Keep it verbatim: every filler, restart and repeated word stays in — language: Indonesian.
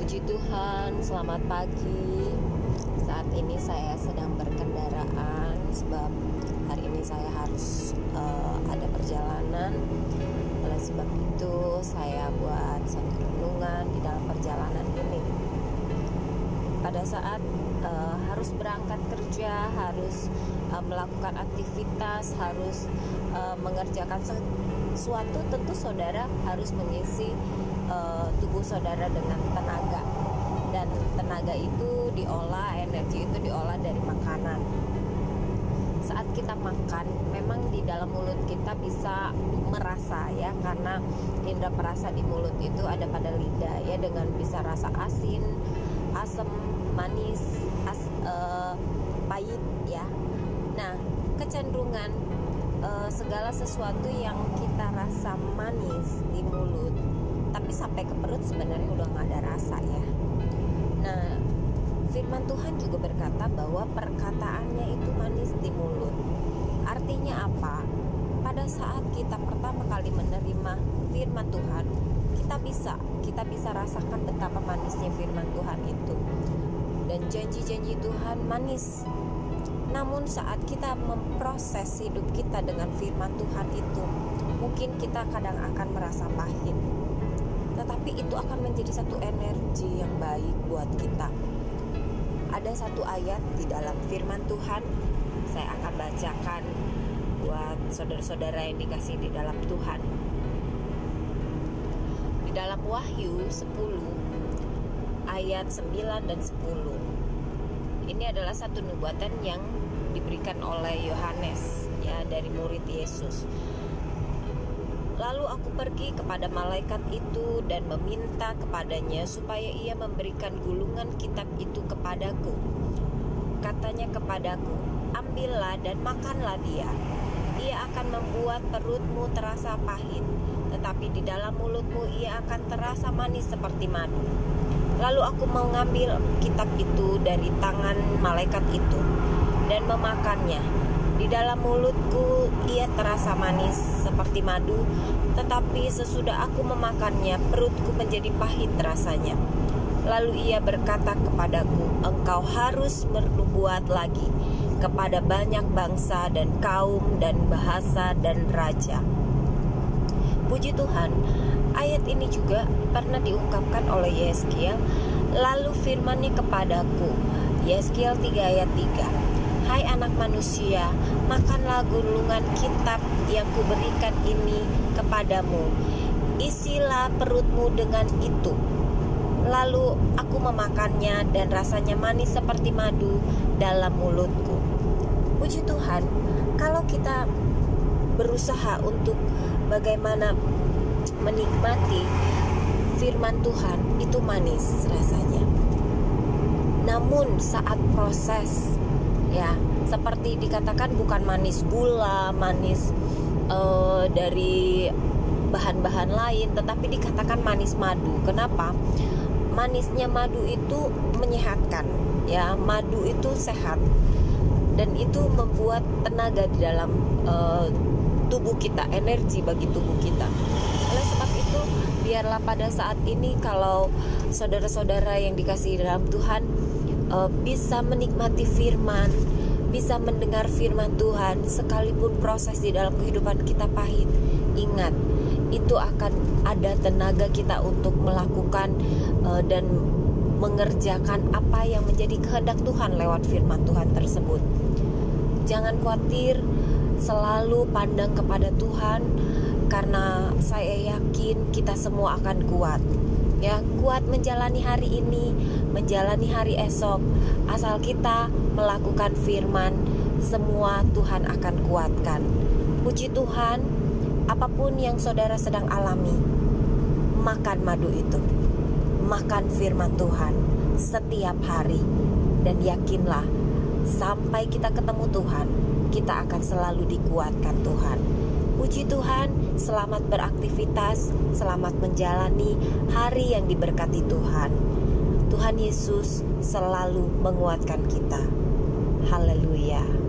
Puji Tuhan, selamat pagi. Saat ini saya sedang berkendaraan sebab hari ini saya harus uh, ada perjalanan. Oleh sebab itu saya buat satu renungan di dalam perjalanan ini. Pada saat uh, harus berangkat kerja, harus uh, melakukan aktivitas, harus uh, mengerjakan sesuatu, tentu saudara harus mengisi uh, tubuh saudara dengan tenaga. Dan tenaga itu diolah, energi itu diolah dari makanan. Saat kita makan, memang di dalam mulut kita bisa merasa ya, karena indera perasa di mulut itu ada pada lidah ya, dengan bisa rasa asin, asam, manis, as, uh, pahit ya. Nah, kecenderungan uh, segala sesuatu yang kita rasa manis di mulut, tapi sampai ke perut sebenarnya udah nggak ada rasa ya. Nah, firman Tuhan juga berkata bahwa perkataannya itu manis di mulut. Artinya apa? Pada saat kita pertama kali menerima firman Tuhan, kita bisa kita bisa rasakan betapa manisnya firman Tuhan itu. Dan janji-janji Tuhan manis. Namun saat kita memproses hidup kita dengan firman Tuhan itu, mungkin kita kadang akan merasa pahit. Tetapi itu akan menjadi satu energi yang baik buat kita. Ada satu ayat di dalam firman Tuhan, saya akan bacakan buat saudara-saudara yang dikasih di dalam Tuhan. Di dalam Wahyu sepuluh ayat sembilan dan sepuluh. Ini adalah satu nubuatan yang diberikan oleh Yohanes ya, dari murid Yesus. Lalu aku pergi kepada malaikat itu dan meminta kepadanya supaya ia memberikan gulungan kitab itu kepadaku. Katanya kepadaku, ambillah dan makanlah dia. Ia akan membuat perutmu terasa pahit, tetapi di dalam mulutmu ia akan terasa manis seperti madu. Lalu aku mengambil kitab itu dari tangan malaikat itu dan memakannya. Di dalam mulutku ia terasa manis seperti madu, tetapi sesudah aku memakannya, perutku menjadi pahit rasanya. Lalu ia berkata kepadaku, engkau harus bernubuat lagi kepada banyak bangsa dan kaum dan bahasa dan raja. Puji Tuhan, ayat ini juga pernah diungkapkan oleh Yeskiel. Lalu firman-Nya kepadaku, Yeskiel tiga ayat tiga. Hai anak manusia, makanlah gulungan kitab yang kuberikan ini kepadamu. Isilah perutmu dengan itu. Lalu aku memakannya dan rasanya manis seperti madu dalam mulutku. Puji Tuhan, kalau kita berusaha untuk bagaimana menikmati firman Tuhan, itu manis rasanya. Namun saat proses ya, seperti dikatakan bukan manis gula, manis uh, dari bahan-bahan lain, tetapi dikatakan manis madu. Kenapa? Manisnya madu itu menyehatkan, ya, madu itu sehat dan itu membuat tenaga di dalam uh, tubuh kita, energi bagi tubuh kita. Oleh sebab itu, biarlah pada saat ini kalau saudara-saudara yang dikasihi dalam Tuhan Uh, bisa menikmati firman, bisa mendengar firman Tuhan, sekalipun proses di dalam kehidupan kita pahit, ingat, itu akan ada tenaga kita untuk melakukan uh, dan mengerjakan apa yang menjadi kehendak Tuhan lewat firman Tuhan tersebut. Jangan khawatir, selalu pandang kepada Tuhan, karena saya yakin kita semua akan kuat. Ya, kuat menjalani hari ini, menjalani hari esok. Asal kita melakukan firman, semua Tuhan akan kuatkan. Puji Tuhan, apapun yang saudara sedang alami, makan madu itu, makan firman Tuhan setiap hari. Dan yakinlah, sampai kita ketemu Tuhan, kita akan selalu dikuatkan Tuhan. Puji Tuhan, selamat beraktivitas, selamat menjalani hari yang diberkati Tuhan. Tuhan Yesus selalu menguatkan kita. Haleluya.